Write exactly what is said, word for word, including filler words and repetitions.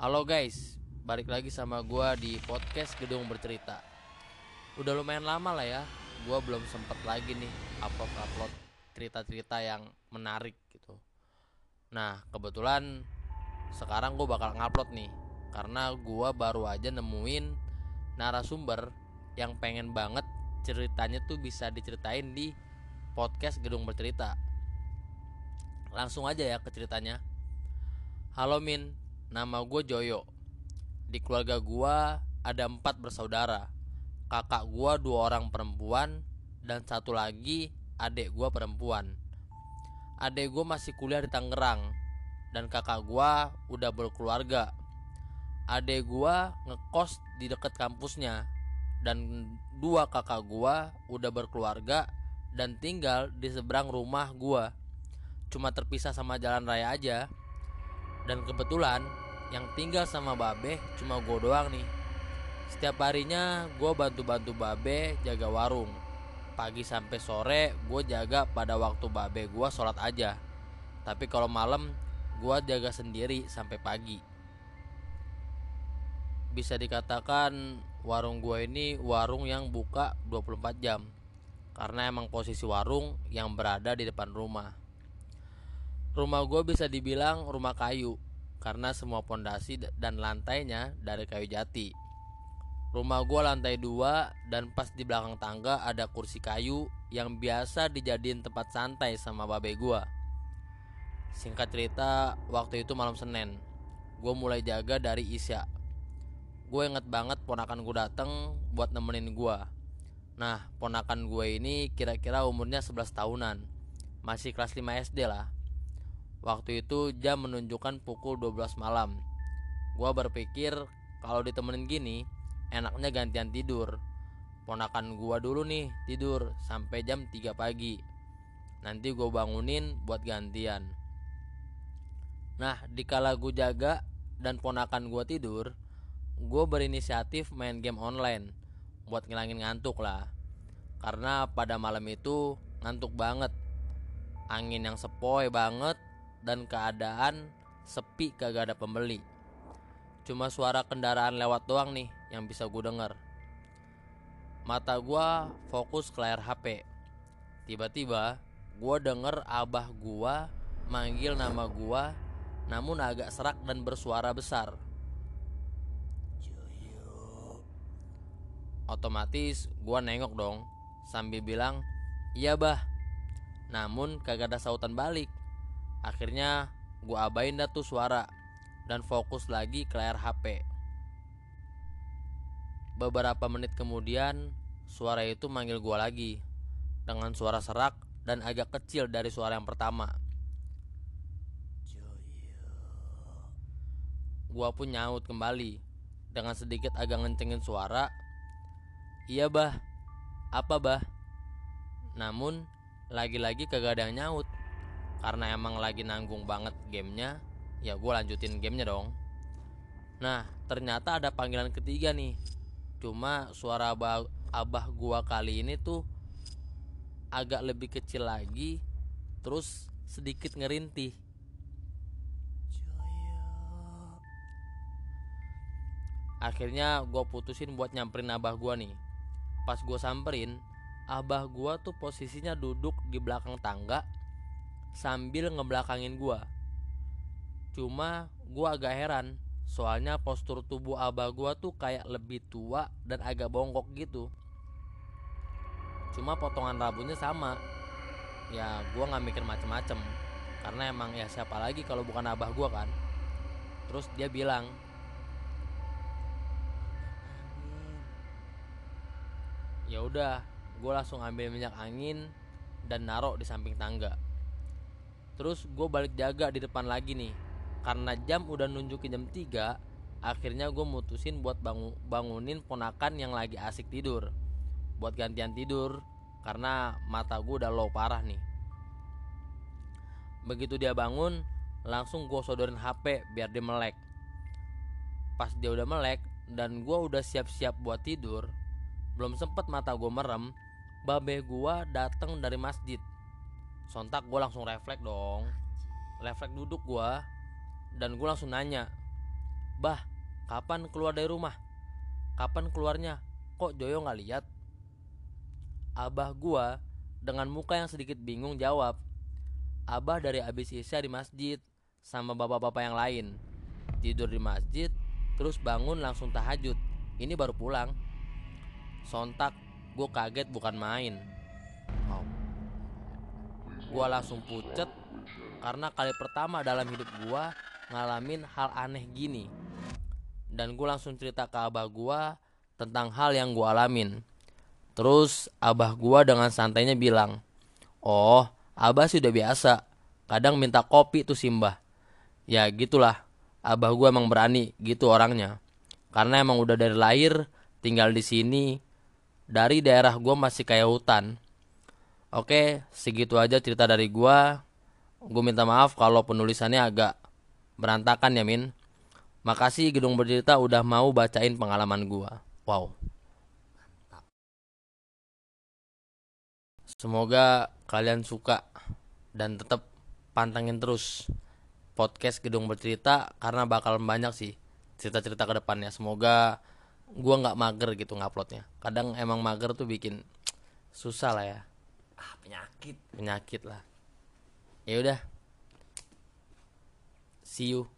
Halo guys, balik lagi sama gua di podcast Gedung Bercerita. Udah lumayan lama lah ya, gua belum sempet lagi nih upload-upload cerita-cerita yang menarik gitu. Nah, kebetulan sekarang gua bakal ngupload nih, karena gua baru aja nemuin narasumber yang pengen banget ceritanya tuh bisa diceritain di podcast Gedung Bercerita. Langsung aja ya ke ceritanya. Halo Min, nama gue Joyo. Di keluarga gue ada empat bersaudara. Kakak gue dua orang perempuan dan satu lagi adik gue perempuan. Adik gue masih kuliah di Tangerang dan kakak gue udah berkeluarga. Adik gue ngekos di dekat kampusnya dan dua kakak gue udah berkeluarga dan tinggal di seberang rumah gue. Cuma terpisah sama jalan raya aja. Dan kebetulan yang tinggal sama babe cuma gue doang nih. Setiap harinya gue bantu-bantu babe jaga warung. Pagi sampai sore gue jaga pada waktu babe gue sholat aja. Tapi kalau malam gue jaga sendiri sampai pagi. Bisa dikatakan warung gue ini warung yang buka dua puluh empat jam. Karena emang posisi warung yang berada di depan rumah. Rumah gue bisa dibilang rumah kayu karena semua pondasi dan lantainya dari kayu jati. Rumah gue lantai dua dan pas di belakang tangga ada kursi kayu yang biasa dijadiin tempat santai sama babe gue. Singkat cerita, waktu itu malam Senin, gue mulai jaga dari Isya. Gue inget banget ponakan gue dateng buat nemenin gue. Nah, ponakan gue ini kira-kira umurnya sebelas tahunan, masih kelas lima S D lah. Waktu itu jam menunjukkan pukul dua belas malam. Gua berpikir kalau ditemenin gini enaknya gantian tidur. Ponakan gua dulu nih tidur sampai jam tiga pagi. Nanti gua bangunin buat gantian. Nah, dikala gua jaga dan ponakan gua tidur, gua berinisiatif main game online buat ngilangin ngantuk lah. Karena pada malam itu ngantuk banget. Angin yang sepoi banget dan keadaan sepi kagak ada pembeli. Cuma suara kendaraan lewat doang nih yang bisa gue denger. Mata gue fokus ke layar H P. Tiba-tiba gue denger abah gue manggil nama gue, namun agak serak dan bersuara besar. Joyo. Otomatis gue nengok dong sambil bilang, "Iya bah." Namun kagak ada sautan balik. Akhirnya gue abain dah tuh suara dan fokus lagi ke layar H P. Beberapa menit kemudian suara itu manggil gue lagi dengan suara serak dan agak kecil dari suara yang pertama. Gue pun nyaut kembali dengan sedikit agak ngencengin suara, "Iya bah." "Apa bah?" Namun lagi-lagi kagak ada yang nyaut. Karena emang lagi nanggung banget gamenya, ya gue lanjutin gamenya dong. Nah, ternyata ada panggilan ketiga nih. Cuma suara abah, abah gue kali ini tuh agak lebih kecil lagi, terus sedikit ngerintih. Akhirnya gue putusin buat nyamperin abah gue nih. Pas gue samperin, abah gue tuh posisinya duduk di belakang tangga sambil ngebelakangin gue. Cuma gue agak heran, soalnya postur tubuh abah gue tuh kayak lebih tua dan agak bongkok gitu. Cuma potongan rambutnya sama. Ya gue gak mikir macem-macem, karena emang ya siapa lagi kalau bukan abah gue kan. Terus dia bilang, ya udah, gue langsung ambil minyak angin dan naruh di samping tangga. Terus gue balik jaga di depan lagi nih. Karena jam udah nunjukin jam tiga, akhirnya gue mutusin buat bangun, bangunin ponakan yang lagi asik tidur, buat gantian tidur, karena mata gue udah low parah nih. Begitu dia bangun, langsung gue sodorin H P biar dia melek. Pas dia udah melek dan gue udah siap-siap buat tidur, belum sempet mata gue merem, babe gue dateng dari masjid. Sontak gue langsung refleks dong. Refleks duduk gue. Dan gue langsung nanya, "Bah, kapan keluar dari rumah? Kapan keluarnya? Kok Joyo gak lihat?" Abah gua dengan muka yang sedikit bingung jawab, "Abah dari abis isya di masjid sama bapak-bapak yang lain. Tidur di masjid, terus bangun langsung tahajud. Ini baru pulang." Sontak gue kaget bukan main. Wow. Gue langsung pucet karena kali pertama dalam hidup gue ngalamin hal aneh gini. Dan gue langsung cerita ke abah gue tentang hal yang gue alamin. Terus abah gue dengan santainya bilang, "Oh, abah sih udah biasa. Kadang minta kopi tuh Simbah." Ya gitulah, abah gue emang berani gitu orangnya. Karena emang udah dari lahir tinggal di sini. Dari daerah gue masih kayak hutan. Oke, segitu aja cerita dari gue. Gue minta maaf kalau penulisannya agak berantakan ya Min. Makasih Gedung Bercerita udah mau bacain pengalaman gue. Wow. Semoga kalian suka dan tetap pantengin terus podcast Gedung Bercerita karena bakal banyak sih cerita-cerita ke depannya. Semoga gua nggak mager gitu nguploadnya. Kadang emang mager tuh bikin susah lah ya. Ah, penyakit. Penyakit lah. Ya udah. See you.